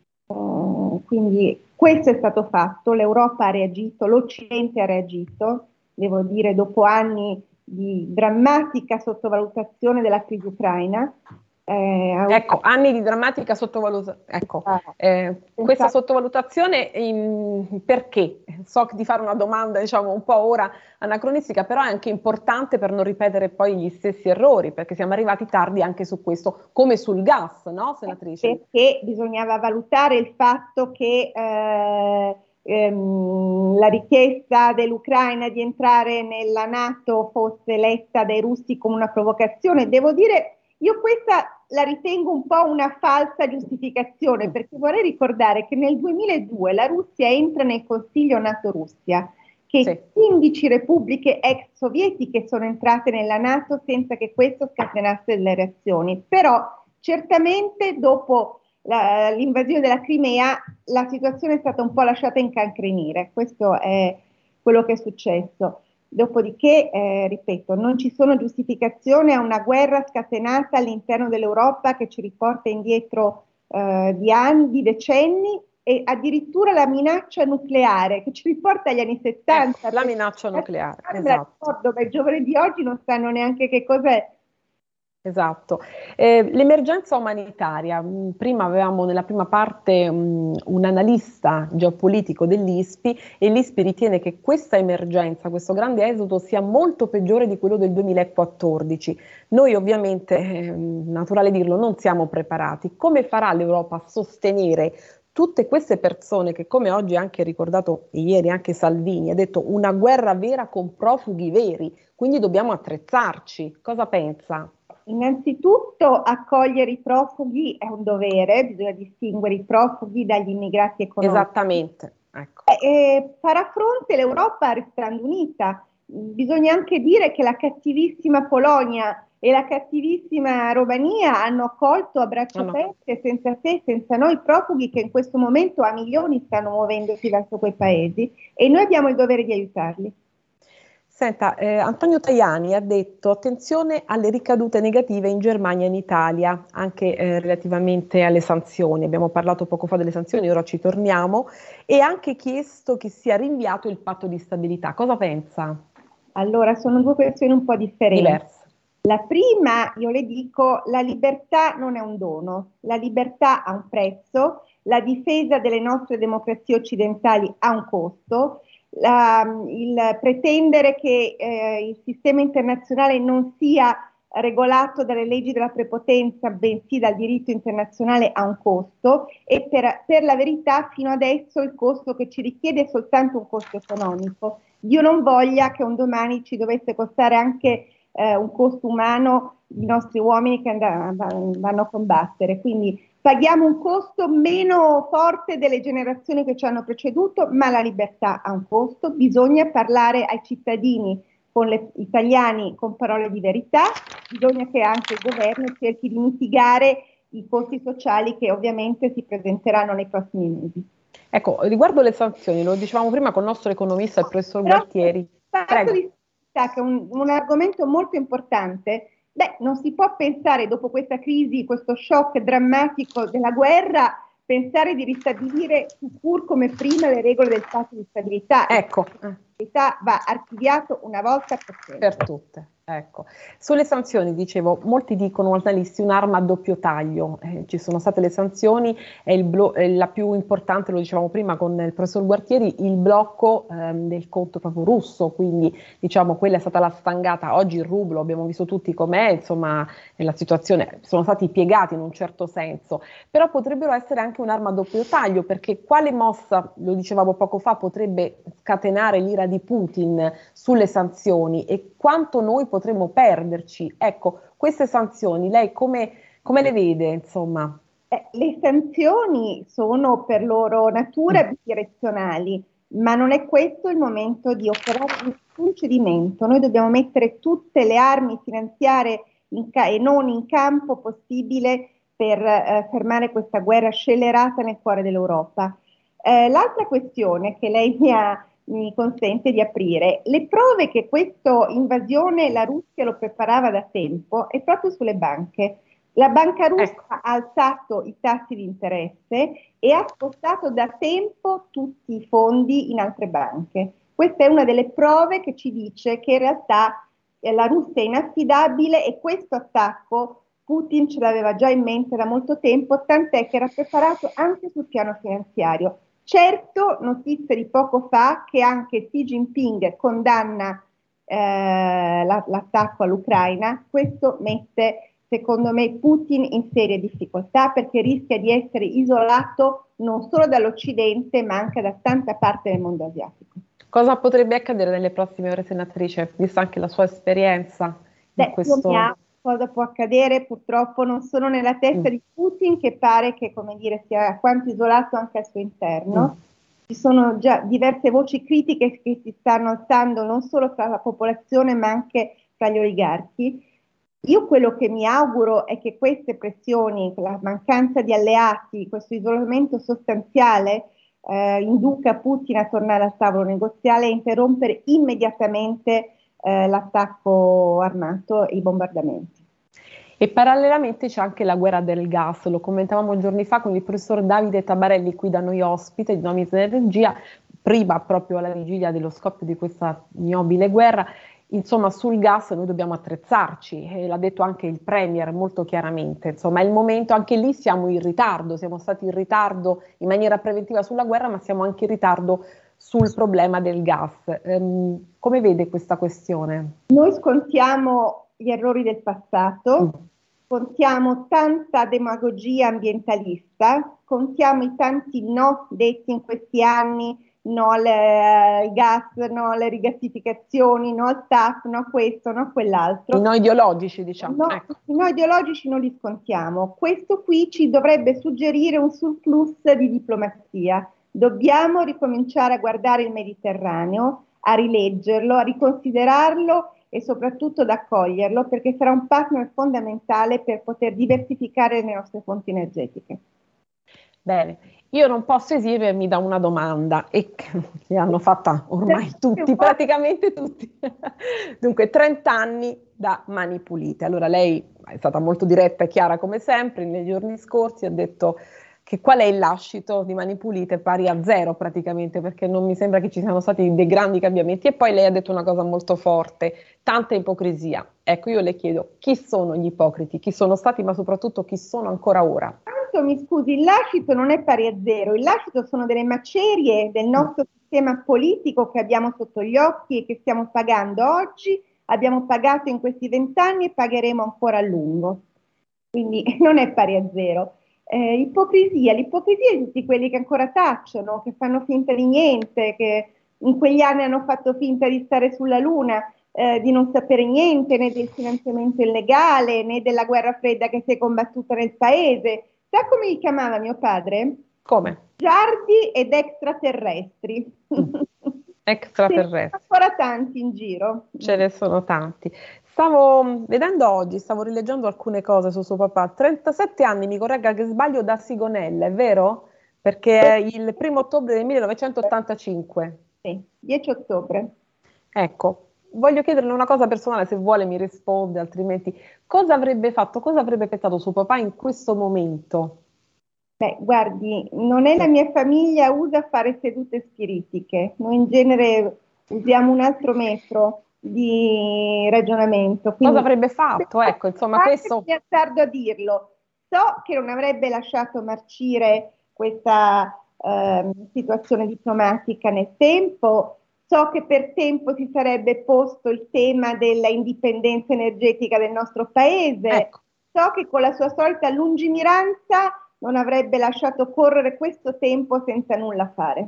Uh, quindi questo è stato fatto, l'Europa ha reagito, l'Occidente ha reagito, devo dire dopo anni di drammatica sottovalutazione della crisi ucraina. Eh, ecco, anni di drammatica sottovalutazione. Ecco, eh, questa sottovalutazione in, perché? So di fare una domanda, diciamo, un po' ora anacronistica, però è anche importante per non ripetere poi gli stessi errori, perché siamo arrivati tardi anche su questo, come sul gas, no, senatrice? Perché bisognava valutare il fatto che eh, ehm, la richiesta dell'Ucraina di entrare nella NATO fosse letta dai russi come una provocazione. Devo dire, io questa la ritengo un po' una falsa giustificazione, perché vorrei ricordare che nel duemiladue la Russia entra nel Consiglio NATO-Russia, che sì. quindici repubbliche ex sovietiche sono entrate nella NATO senza che questo scatenasse delle reazioni. Però certamente dopo la, l'invasione della Crimea la situazione è stata un po' lasciata incancrenire, questo è quello che è successo. Dopodiché, eh, ripeto, non ci sono giustificazioni a una guerra scatenata all'interno dell'Europa che ci riporta indietro eh, di anni, di decenni, e addirittura la minaccia nucleare che ci riporta agli anni settanta. Eh, la minaccia nucleare, me esatto. Ricordo, ma i giovani di oggi non sanno neanche che cos'è. Esatto. Eh, l'emergenza umanitaria, prima avevamo nella prima parte um, un analista geopolitico dell'I S P I e l'I S P I ritiene che questa emergenza, questo grande esodo sia molto peggiore di quello del duemilaquattordici. Noi ovviamente, eh, naturale dirlo, non siamo preparati. Come farà l'Europa a sostenere tutte queste persone che, come oggi anche ricordato ieri anche Salvini, ha detto una guerra vera con profughi veri, quindi dobbiamo attrezzarci. Cosa pensa? Innanzitutto accogliere i profughi è un dovere, bisogna distinguere i profughi dagli immigrati economici. Esattamente. Ecco. E, e farà fronte l'Europa restando unita. Bisogna anche dire che la cattivissima Polonia e la cattivissima Romania hanno accolto a braccia aperte, senza se, senza noi, profughi che in questo momento a milioni stanno muovendosi verso quei paesi e noi abbiamo il dovere di aiutarli. Senta, eh, Antonio Tajani ha detto attenzione alle ricadute negative in Germania e in Italia, anche eh, relativamente alle sanzioni. Abbiamo parlato poco fa delle sanzioni, ora ci torniamo, e ha anche chiesto che sia rinviato il patto di stabilità. Cosa pensa? Allora, sono due questioni un po' differenti. Diverse. La prima, io le dico, la libertà non è un dono, la libertà ha un prezzo, la difesa delle nostre democrazie occidentali ha un costo. La, il pretendere che eh, il sistema internazionale non sia regolato dalle leggi della prepotenza, bensì dal diritto internazionale, ha un costo e per, per la verità fino adesso il costo che ci richiede è soltanto un costo economico. Dio non voglia che un domani ci dovesse costare anche eh, un costo umano i nostri uomini che and- vanno a combattere, quindi paghiamo un costo meno forte delle generazioni che ci hanno preceduto, ma la libertà ha un costo, bisogna parlare ai cittadini con le, italiani con parole di verità, bisogna che anche il governo cerchi di mitigare i costi sociali che ovviamente si presenteranno nei prossimi mesi. Ecco, riguardo le sanzioni, lo dicevamo prima con il nostro economista, il professor Però, Gualtieri. Prego. Di che è un, un argomento molto importante. Beh, non si può pensare dopo questa crisi, questo shock drammatico della guerra, pensare di ristabilire pur come prima le regole del patto di stabilità. Ecco. La stabilità va archiviato una volta per sempre. Per tutte. Ecco. Sulle sanzioni, dicevo, molti dicono, analisti, un'arma a doppio taglio. Eh, ci sono state le sanzioni, è, il blo- è la più importante, lo dicevamo prima con il professor Gualtieri, il blocco ehm, del conto proprio russo, quindi diciamo quella è stata la stangata. Oggi il rublo, abbiamo visto tutti com'è, insomma, la situazione, sono stati piegati in un certo senso, però potrebbero essere anche un'arma a doppio taglio, perché quale mossa, lo dicevamo poco fa, potrebbe scatenare l'ira di Putin sulle sanzioni e quanto noi potremmo perderci. Ecco, queste sanzioni, lei come, come le vede, insomma? Eh, le sanzioni sono per loro natura bidirezionali, ma non è questo il momento di operare nessun cedimento. Noi dobbiamo mettere tutte le armi finanziarie in ca- e non in campo possibile per eh, fermare questa guerra scellerata nel cuore dell'Europa. Eh, l'altra questione che lei mi ha mi consente di aprire. Le prove che questa invasione la Russia lo preparava da tempo è proprio sulle banche. La banca russa ecco. ha alzato i tassi di interesse e ha spostato da tempo tutti i fondi in altre banche. Questa è una delle prove che ci dice che in realtà eh, la Russia è inaffidabile e questo attacco Putin ce l'aveva già in mente da molto tempo, tant'è che era preparato anche sul piano finanziario. Certo, notizia di poco fa che anche Xi Jinping condanna eh, la, l'attacco all'Ucraina. Questo mette, secondo me, Putin in serie difficoltà perché rischia di essere isolato non solo dall'Occidente ma anche da tanta parte del mondo asiatico. Cosa potrebbe accadere nelle prossime ore, senatrice, vista anche la sua esperienza? Beh, in questo... io mi auguro cosa può accadere, purtroppo non sono nella testa mm. di Putin, che pare che, come dire, sia alquanto isolato anche al suo interno. Mm. Ci sono già diverse voci critiche che si stanno alzando non solo tra la popolazione ma anche tra gli oligarchi. Io quello che mi auguro è che queste pressioni, la mancanza di alleati, questo isolamento sostanziale eh, induca Putin a tornare al tavolo negoziale e interrompere immediatamente Eh, l'attacco armato e i bombardamenti. E parallelamente c'è anche la guerra del gas, lo commentavamo giorni fa con il professor Davide Tabarelli qui da noi ospite di Nomis Energia, prima proprio alla vigilia dello scoppio di questa ignobile guerra. insomma sul gas noi dobbiamo attrezzarci, e l'ha detto anche il Premier molto chiaramente, insomma è il momento, anche lì siamo in ritardo, siamo stati in ritardo in maniera preventiva sulla guerra, ma siamo anche in ritardo sul problema del gas. Um, come vede questa questione? Noi scontiamo gli errori del passato, mm. contiamo tanta demagogia ambientalista, contiamo i tanti no detti in questi anni, no al eh, gas, no alle rigassificazioni, no al T A F, no a questo, no a quell'altro. I no ideologici, diciamo. No, ecco. I no ideologici non li scontiamo. Questo qui ci dovrebbe suggerire un surplus di diplomazia. Dobbiamo ricominciare a guardare il Mediterraneo, a rileggerlo, a riconsiderarlo e soprattutto ad accoglierlo, perché sarà un partner fondamentale per poter diversificare le nostre fonti energetiche. Bene, io non posso esimermi da una domanda, e che hanno fatta ormai tutti, praticamente tutti. Dunque, trenta anni da Mani Pulite. Allora, lei è stata molto diretta e chiara come sempre, nei giorni scorsi ha detto che qual è il lascito di Mani Pulite, pari a zero praticamente, perché non mi sembra che ci siano stati dei grandi cambiamenti. E poi lei ha detto una cosa molto forte, tanta ipocrisia. Ecco, io le chiedo, chi sono gli ipocriti? Chi sono stati, ma soprattutto chi sono ancora ora? Mi scusi, il lascito non è pari a zero, il lascito sono delle macerie del nostro sistema politico che abbiamo sotto gli occhi e che stiamo pagando oggi, abbiamo pagato in questi vent'anni e pagheremo ancora a lungo, quindi non è pari a zero. Eh, ipocrisia, l'ipocrisia di tutti quelli che ancora tacciono, che fanno finta di niente, che in quegli anni hanno fatto finta di stare sulla luna, eh, di non sapere niente né del finanziamento illegale né della guerra fredda che si è combattuta nel paese. Sa come li chiamava mio padre? Come? Giardi ed extraterrestri. Mm. Extraterrestri. Ce ne sono ancora tanti in giro. Ce ne sono tanti. Stavo vedendo oggi, stavo rileggendo alcune cose su suo papà. trentasette anni, mi corregga che sbaglio, da Sigonella, è vero? Perché è il primo ottobre del millenovecentottantacinque. Sì, dieci ottobre. Ecco. Voglio chiederle una cosa personale, se vuole mi risponde, altrimenti cosa avrebbe fatto, cosa avrebbe pensato suo papà in questo momento? Beh, guardi, non è la mia famiglia usa fare sedute spiritiche, noi in genere usiamo un altro metro di ragionamento. Cosa avrebbe fatto? Ecco, insomma, questo... Mi attardo a dirlo. So che non avrebbe lasciato marcire questa eh, situazione diplomatica nel tempo. So che per tempo si sarebbe posto il tema della indipendenza energetica del nostro paese. Ecco. So che con la sua solita lungimiranza non avrebbe lasciato correre questo tempo senza nulla fare.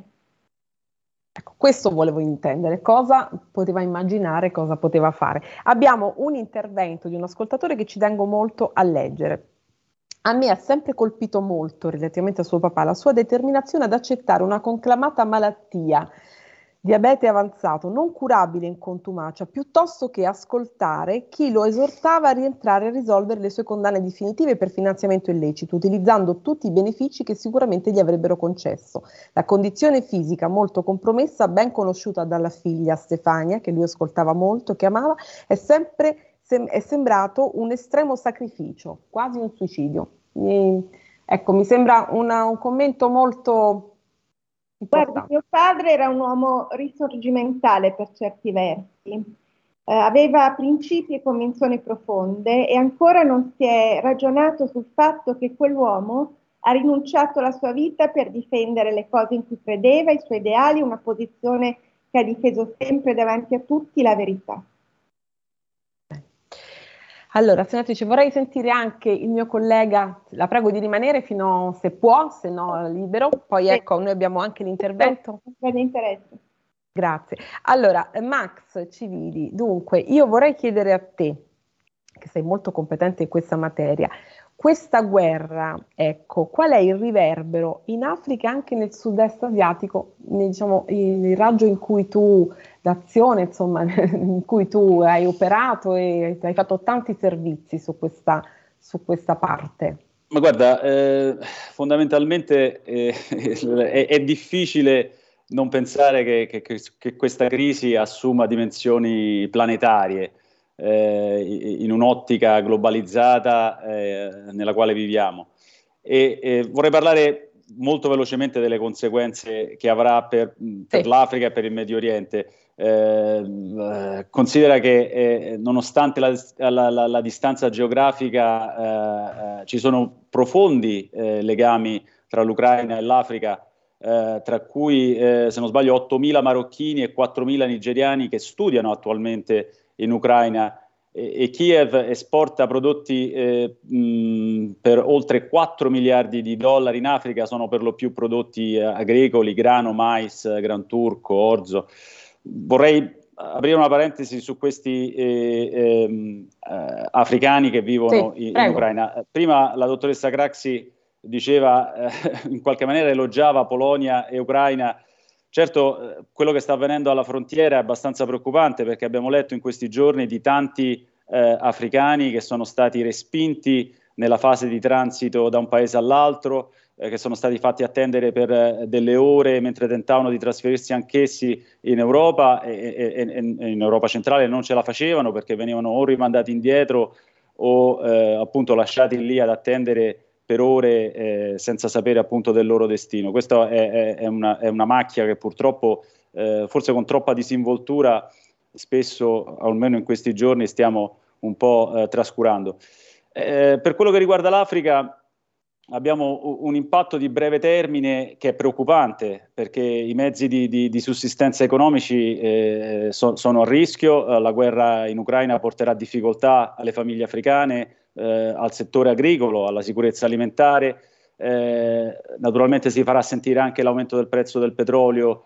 Ecco, questo volevo intendere. Cosa poteva immaginare, cosa poteva fare. Abbiamo un intervento di un ascoltatore che ci tengo molto a leggere. A me ha sempre colpito molto, relativamente a suo papà, la sua determinazione ad accettare una conclamata malattia, diabete avanzato, non curabile in contumacia, piuttosto che ascoltare chi lo esortava a rientrare a risolvere le sue condanne definitive per finanziamento illecito, utilizzando tutti i benefici che sicuramente gli avrebbero concesso. La condizione fisica molto compromessa, ben conosciuta dalla figlia Stefania, che lui ascoltava molto, che amava, è sempre sem- è sembrato un estremo sacrificio, quasi un suicidio. Mi, ecco, mi sembra una, un commento molto... Guardi, mio padre era un uomo risorgimentale per certi versi, eh, aveva principi e convinzioni profonde e ancora non si è ragionato sul fatto che quell'uomo ha rinunciato alla sua vita per difendere le cose in cui credeva, i suoi ideali, una posizione che ha difeso sempre davanti a tutti, la verità. Allora, senatrice, vorrei sentire anche il mio collega, la prego di rimanere fino a, se può, se no libero, poi ecco, noi abbiamo anche l'intervento. Grande interesse. Grazie. Allora, Max Civili, dunque, io vorrei chiedere a te, che sei molto competente in questa materia, questa guerra, ecco, qual è il riverbero in Africa e anche nel sud-est asiatico, nel, diciamo, il raggio in cui tu, d'azione, insomma, in cui tu hai operato e hai fatto tanti servizi su questa, su questa parte? Ma guarda, eh, fondamentalmente eh, è, è difficile non pensare che, che, che questa crisi assuma dimensioni planetarie. Eh, in un'ottica globalizzata eh, nella quale viviamo e, e vorrei parlare molto velocemente delle conseguenze che avrà per, per sì. l'Africa e per il Medio Oriente. Eh, considera che eh, nonostante la, la, la, la distanza geografica eh, ci sono profondi eh, legami tra l'Ucraina e l'Africa, eh, tra cui eh, se non sbaglio ottomila marocchini e quattromila nigeriani che studiano attualmente in Ucraina, e, e Kiev esporta prodotti eh, mh, per oltre quattro miliardi di dollari in Africa, sono per lo più prodotti eh, agricoli, grano, mais, gran turco, orzo. Vorrei aprire una parentesi su questi eh, eh, eh, africani che vivono sì, in, in Ucraina. Prima la dottoressa Craxi diceva, eh, in qualche maniera elogiava Polonia e Ucraina. Certo, eh, quello che sta avvenendo alla frontiera è abbastanza preoccupante, perché abbiamo letto in questi giorni di tanti eh, africani che sono stati respinti nella fase di transito da un paese all'altro, eh, che sono stati fatti attendere per eh, delle ore mentre tentavano di trasferirsi anch'essi in Europa e, e, e in Europa centrale non ce la facevano perché venivano o rimandati indietro o eh, appunto lasciati lì ad attendere per ore eh, senza sapere appunto del loro destino. Questa è, è, è, una, è una macchia che purtroppo, eh, forse con troppa disinvoltura, spesso, almeno in questi giorni, stiamo un po' eh, trascurando. Eh, per quello che riguarda l'Africa, abbiamo un impatto di breve termine che è preoccupante, perché i mezzi di, di, di sussistenza economici eh, so, sono a rischio. La guerra in Ucraina porterà difficoltà alle famiglie africane, eh, al settore agricolo, alla sicurezza alimentare. Eh, naturalmente si farà sentire anche l'aumento del prezzo del petrolio,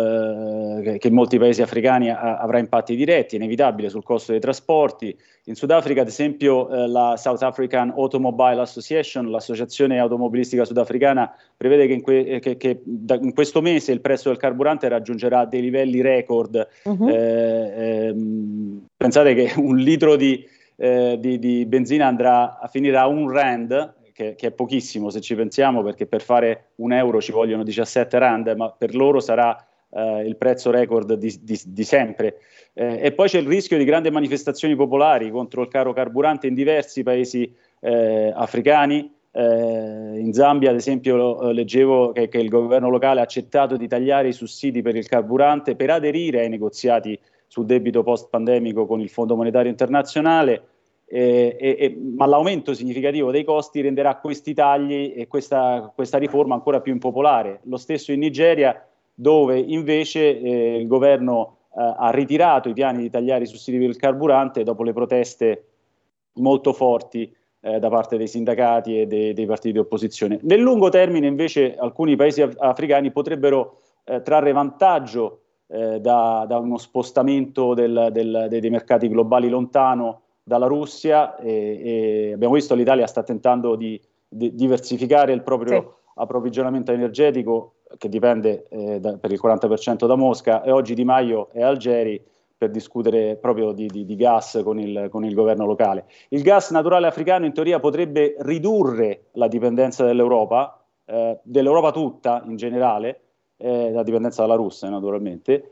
eh, che, che in molti paesi africani ha, avrà impatti diretti, inevitabile, sul costo dei trasporti. In Sudafrica, ad esempio, eh, la South African Automobile Association, l'associazione automobilistica sudafricana, prevede che in, que- che, che da, in questo mese il prezzo del carburante raggiungerà dei livelli record. Uh-huh. Eh, ehm, pensate che un litro di, eh, di, di benzina andrà a finire a un rand, che, che è pochissimo se ci pensiamo, perché per fare un euro ci vogliono diciassette rand, ma per loro sarà Uh, il prezzo record di, di, di sempre. Eh, e poi c'è il rischio di grandi manifestazioni popolari contro il caro carburante in diversi paesi eh, africani. Eh, in Zambia, ad esempio, leggevo che, che il governo locale ha accettato di tagliare i sussidi per il carburante per aderire ai negoziati sul debito post-pandemico con il Fondo Monetario Internazionale. Eh, eh, ma l'aumento significativo dei costi renderà questi tagli e questa, questa riforma ancora più impopolare. Lo stesso in Nigeria, dove invece eh, il governo eh, ha ritirato i piani di tagliare i sussidi per il carburante dopo le proteste molto forti eh, da parte dei sindacati e dei, dei partiti di opposizione. Nel lungo termine, invece, alcuni paesi af- africani potrebbero eh, trarre vantaggio eh, da, da uno spostamento del, del, dei mercati globali lontano dalla Russia, e, e abbiamo visto l'Italia sta tentando di, di diversificare il proprio sì. approvvigionamento energetico, che dipende eh, da, per il quaranta per cento da Mosca, e oggi Di Maio è a Algeri per discutere proprio di, di, di gas con il, con il governo locale. Il gas naturale africano in teoria potrebbe ridurre la dipendenza dell'Europa, eh, dell'Europa tutta in generale, eh, la dipendenza dalla Russia naturalmente,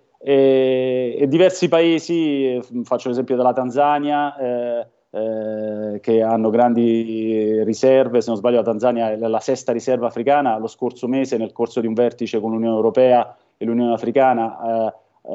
e, e diversi paesi, eh, faccio l'esempio della Tanzania, eh, Eh, che hanno grandi riserve. Se non sbaglio, la Tanzania è la sesta riserva africana. Lo scorso mese, nel corso di un vertice con l'Unione Europea e l'Unione Africana, eh,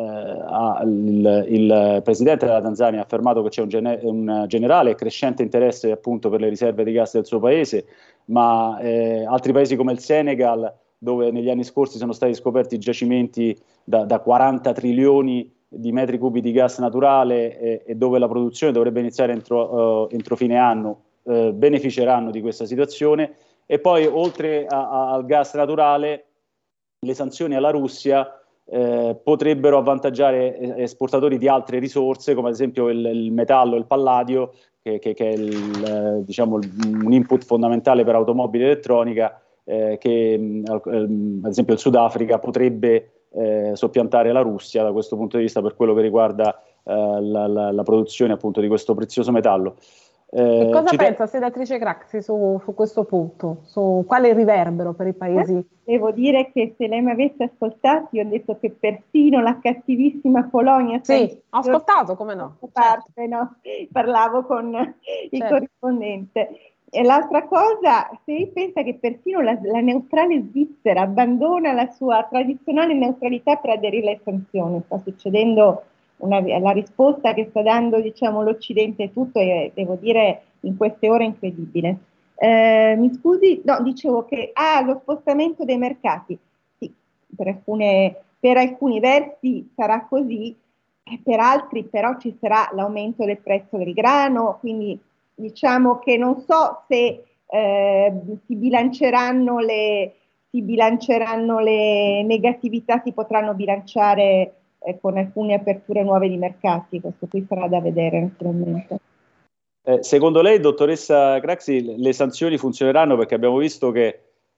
eh, il, il presidente della Tanzania ha affermato che c'è un, gene- un generale e crescente interesse appunto per le riserve di gas del suo paese, ma eh, altri paesi come il Senegal, dove negli anni scorsi sono stati scoperti giacimenti da, da quaranta trilioni di metri cubi di gas naturale e, e dove la produzione dovrebbe iniziare entro, uh, entro fine anno, uh, beneficeranno di questa situazione. E poi, oltre a, a, al gas naturale, le sanzioni alla Russia eh, potrebbero avvantaggiare esportatori di altre risorse, come ad esempio il, il metallo, il palladio, che, che, che è il, eh, diciamo, un input fondamentale per automobili e elettronica, eh, che eh, ad esempio il Sudafrica potrebbe Eh, soppiantare la Russia da questo punto di vista, per quello che riguarda eh, la, la, la produzione appunto di questo prezioso metallo. Eh, e cosa pensa, senatrice Craxi, su, su questo punto? Su quale riverbero per i paesi? Eh, devo dire che se lei mi avesse ascoltato, io ho detto che persino la cattivissima Polonia... Sì, ho ascoltato, come no? Parte, certo. No? Parlavo con il certo. corrispondente. e l'altra cosa, se lei pensa che persino la, la neutrale svizzera abbandona la sua tradizionale neutralità per aderire alle sanzioni, sta succedendo una, la risposta che sta dando, diciamo, l'Occidente e tutto, è, devo dire, in queste ore incredibile. Eh, mi scusi, no, dicevo che ah, lo spostamento dei mercati, sì, per, alcune, per alcuni versi sarà così, e per altri però ci sarà l'aumento del prezzo del grano, quindi diciamo che non so se eh, si bilanceranno le, si bilanceranno le negatività, si potranno bilanciare eh, con alcune aperture nuove di mercati, questo qui sarà da vedere naturalmente. Eh, secondo lei, dottoressa Craxi, le sanzioni funzioneranno? Perché abbiamo visto che,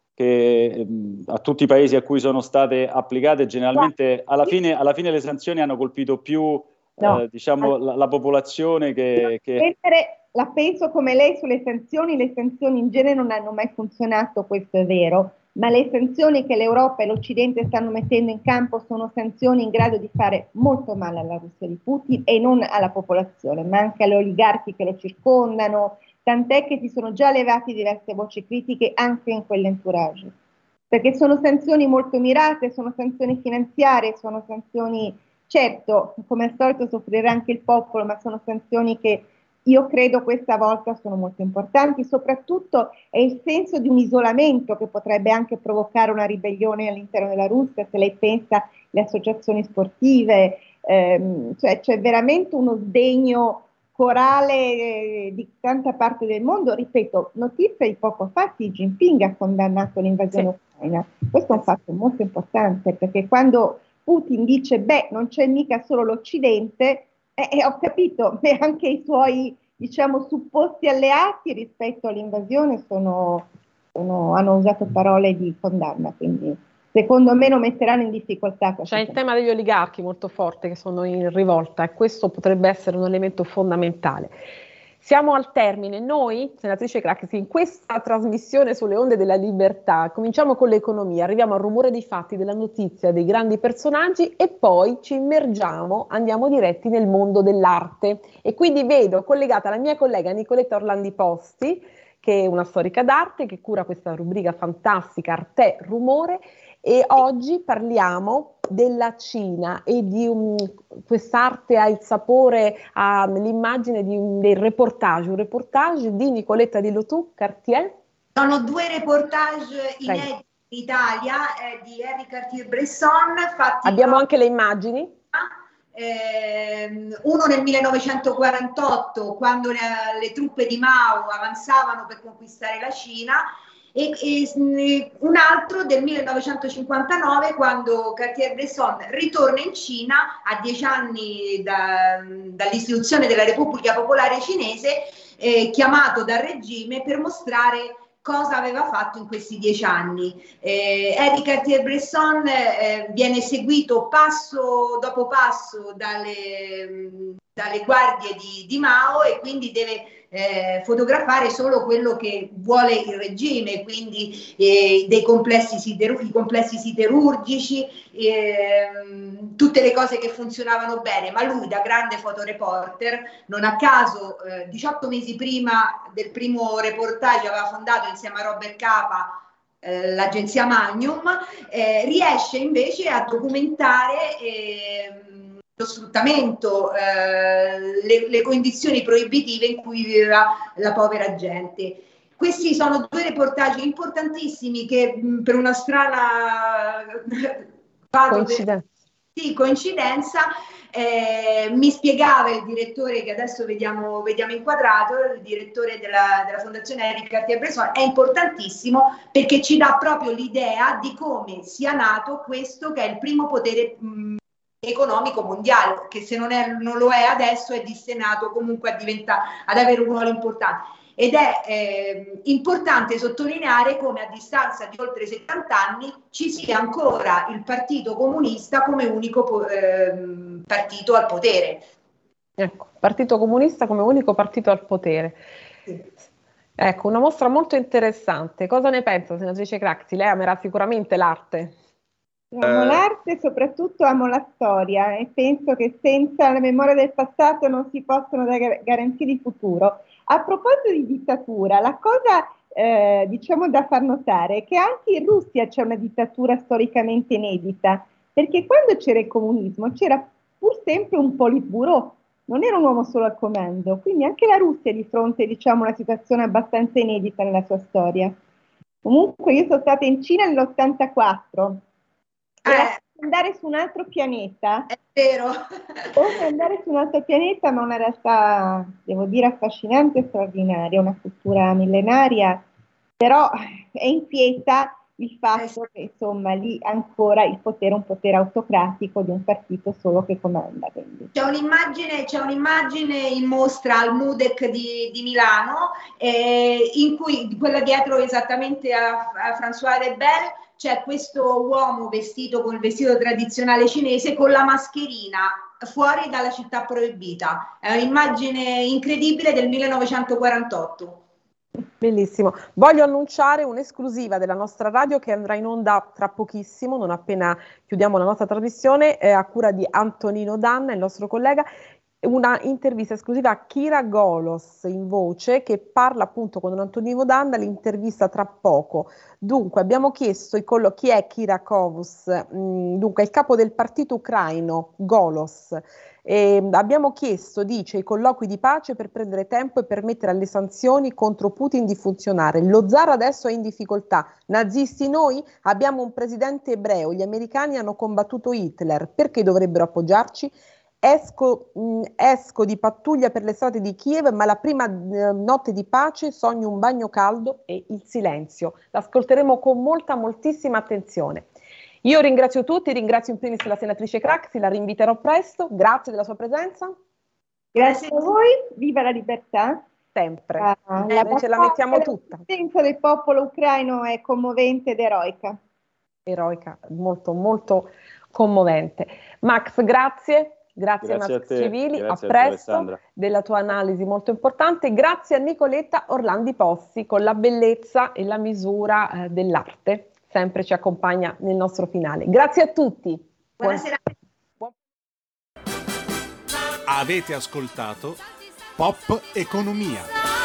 che mh, a tutti i paesi a cui sono state applicate, generalmente alla fine, alla fine le sanzioni hanno colpito più no. eh, diciamo, la, la popolazione che... che... La penso come lei sulle sanzioni, le sanzioni in genere non hanno mai funzionato, questo è vero, ma le sanzioni che l'Europa e l'Occidente stanno mettendo in campo sono sanzioni in grado di fare molto male alla Russia di Putin e non alla popolazione, ma anche alle oligarchi che lo circondano, tant'è che si sono già levate diverse voci critiche anche in quell'entourage, perché sono sanzioni molto mirate, sono sanzioni finanziarie, sono sanzioni, certo, come al solito soffrirà anche il popolo, ma sono sanzioni che io credo questa volta sono molto importanti, soprattutto è il senso di un isolamento che potrebbe anche provocare una ribellione all'interno della Russia, se lei pensa alle associazioni sportive, ehm, cioè c'è veramente uno sdegno corale eh, di tanta parte del mondo. Ripeto, notizia di poco fa, Xi Jinping ha condannato l'invasione sì. ucraina, questo è un fatto molto importante, perché quando Putin dice beh non c'è mica solo l'Occidente, Eh, eh, ho capito, e anche i suoi, diciamo, supposti alleati rispetto all'invasione sono, sono, hanno usato parole di condanna, quindi secondo me lo metteranno in difficoltà. C'è il tema degli oligarchi molto forte che sono in rivolta e questo potrebbe essere un elemento fondamentale. Siamo al termine. Noi, senatrice Craxi, in questa trasmissione sulle onde della libertà, cominciamo con l'economia, arriviamo al rumore dei fatti, della notizia, dei grandi personaggi e poi ci immergiamo, andiamo diretti nel mondo dell'arte. E quindi vedo collegata la mia collega Nicoletta Orlandi Posti, che è una storica d'arte, che cura questa rubrica fantastica Arte Rumore, e oggi parliamo della Cina e di un, quest'arte ha il sapore, ha l'immagine di un, del reportage, un reportage di Nicoletta Dillo tu, Cartier. Sono due reportage inediti in Italia eh, di Henri Cartier-Bresson fatti. Abbiamo proprio anche le immagini. Eh, uno nel millenovecentoquarantotto, quando le, le truppe di Mao avanzavano per conquistare la Cina, e, e un altro del millenovecentocinquantanove, quando Cartier-Bresson ritorna in Cina a dieci anni da, dall'istituzione della Repubblica Popolare Cinese, eh, chiamato dal regime per mostrare cosa aveva fatto in questi dieci anni. Eh, Henri Cartier-Bresson eh, viene seguito passo dopo passo dalle, dalle guardie di, di Mao e quindi deve eh, fotografare solo quello che vuole il regime, quindi eh, dei complessi sideru- i complessi siderurgici, eh, tutte le cose che funzionavano bene, ma lui da grande fotoreporter, non a caso eh, diciotto mesi prima del primo reportage aveva fondato insieme a Robert Capa eh, l'agenzia Magnum, eh, riesce invece a documentare eh, lo sfruttamento, eh, le, le condizioni proibitive in cui viveva la povera gente. Questi sono due reportage importantissimi che mh, per una strana coincidenza, sì, coincidenza eh, mi spiegava il direttore che adesso vediamo, vediamo inquadrato, il direttore della, della Fondazione Henri Cartier-Bresson, è importantissimo perché ci dà proprio l'idea di come sia nato questo che è il primo potere mh, economico mondiale, che se non, è, non lo è adesso è destinato comunque a diventare, ad avere un ruolo importante. Ed è eh, importante sottolineare come a distanza di oltre settanta anni ci sia ancora il Partito Comunista come unico eh, partito al potere. Ecco, Partito Comunista come unico partito al potere. Sì. Ecco, una mostra molto interessante. Cosa ne pensa, senatrice Craxi? Lei amerà sicuramente l'arte. Amo Eh. l'arte e soprattutto amo la storia e penso che senza la memoria del passato non si possono dare garanzie di futuro. A proposito di dittatura, la cosa eh, diciamo da far notare è che anche in Russia c'è una dittatura storicamente inedita, perché quando c'era il comunismo c'era pur sempre un politburo, non era un uomo solo al comando, quindi anche la Russia è di fronte diciamo a una situazione abbastanza inedita nella sua storia. Comunque io sono stata in Cina nell'ottantaquattro. Era andare su un altro pianeta. È vero. Come andare su un altro pianeta, ma una realtà, devo dire, affascinante e straordinaria, una cultura millenaria, però è inquieta il fatto che insomma lì ancora il potere è un potere autocratico di un partito solo che comanda. Quindi. C'è un'immagine, c'è un'immagine in mostra al MUDEC di, di Milano, eh, in cui quella dietro esattamente a, a François Rebel c'è questo uomo vestito con il vestito tradizionale cinese con la mascherina fuori dalla città proibita. È un'immagine incredibile del millenovecentoquarantotto. Bellissimo. Voglio annunciare un'esclusiva della nostra radio che andrà in onda tra pochissimo, non appena chiudiamo la nostra trasmissione, eh, a cura di Antonino Danna, il nostro collega, una intervista esclusiva a Kira Golos in voce che parla appunto con Antonino Danna, l'intervista tra poco. Dunque abbiamo chiesto il collo- chi è Kira Kovus, mm, dunque il capo del partito ucraino Golos. E abbiamo chiesto, dice, i colloqui di pace per prendere tempo e permettere alle sanzioni contro Putin di funzionare. Lo zar adesso è in difficoltà. Nazisti noi? Abbiamo un presidente ebreo. Gli americani hanno combattuto Hitler. Perché dovrebbero appoggiarci? Esco, mh, esco di pattuglia per le strade di Kiev, ma la prima eh, notte di pace sogno un bagno caldo e il silenzio. L'ascolteremo con molta, moltissima attenzione. Io ringrazio tutti, ringrazio in primis la senatrice Craxi, la rinviterò presto, grazie della sua presenza. Grazie a voi, viva la libertà. Sempre, Ah, eh, la noi ce la mettiamo tutta. La presenza del popolo ucraino è commovente ed eroica. Eroica, molto, molto commovente. Max, grazie. Grazie, Grazie Max a te. Civili, Grazie a a te, presto Alessandra. della tua analisi molto importante. Grazie a Nicoletta Orlandi Possi con la bellezza e la misura eh, dell'arte. Sempre ci accompagna nel nostro finale. Grazie a tutti. Buonasera. Buon... Avete ascoltato Pop Economia.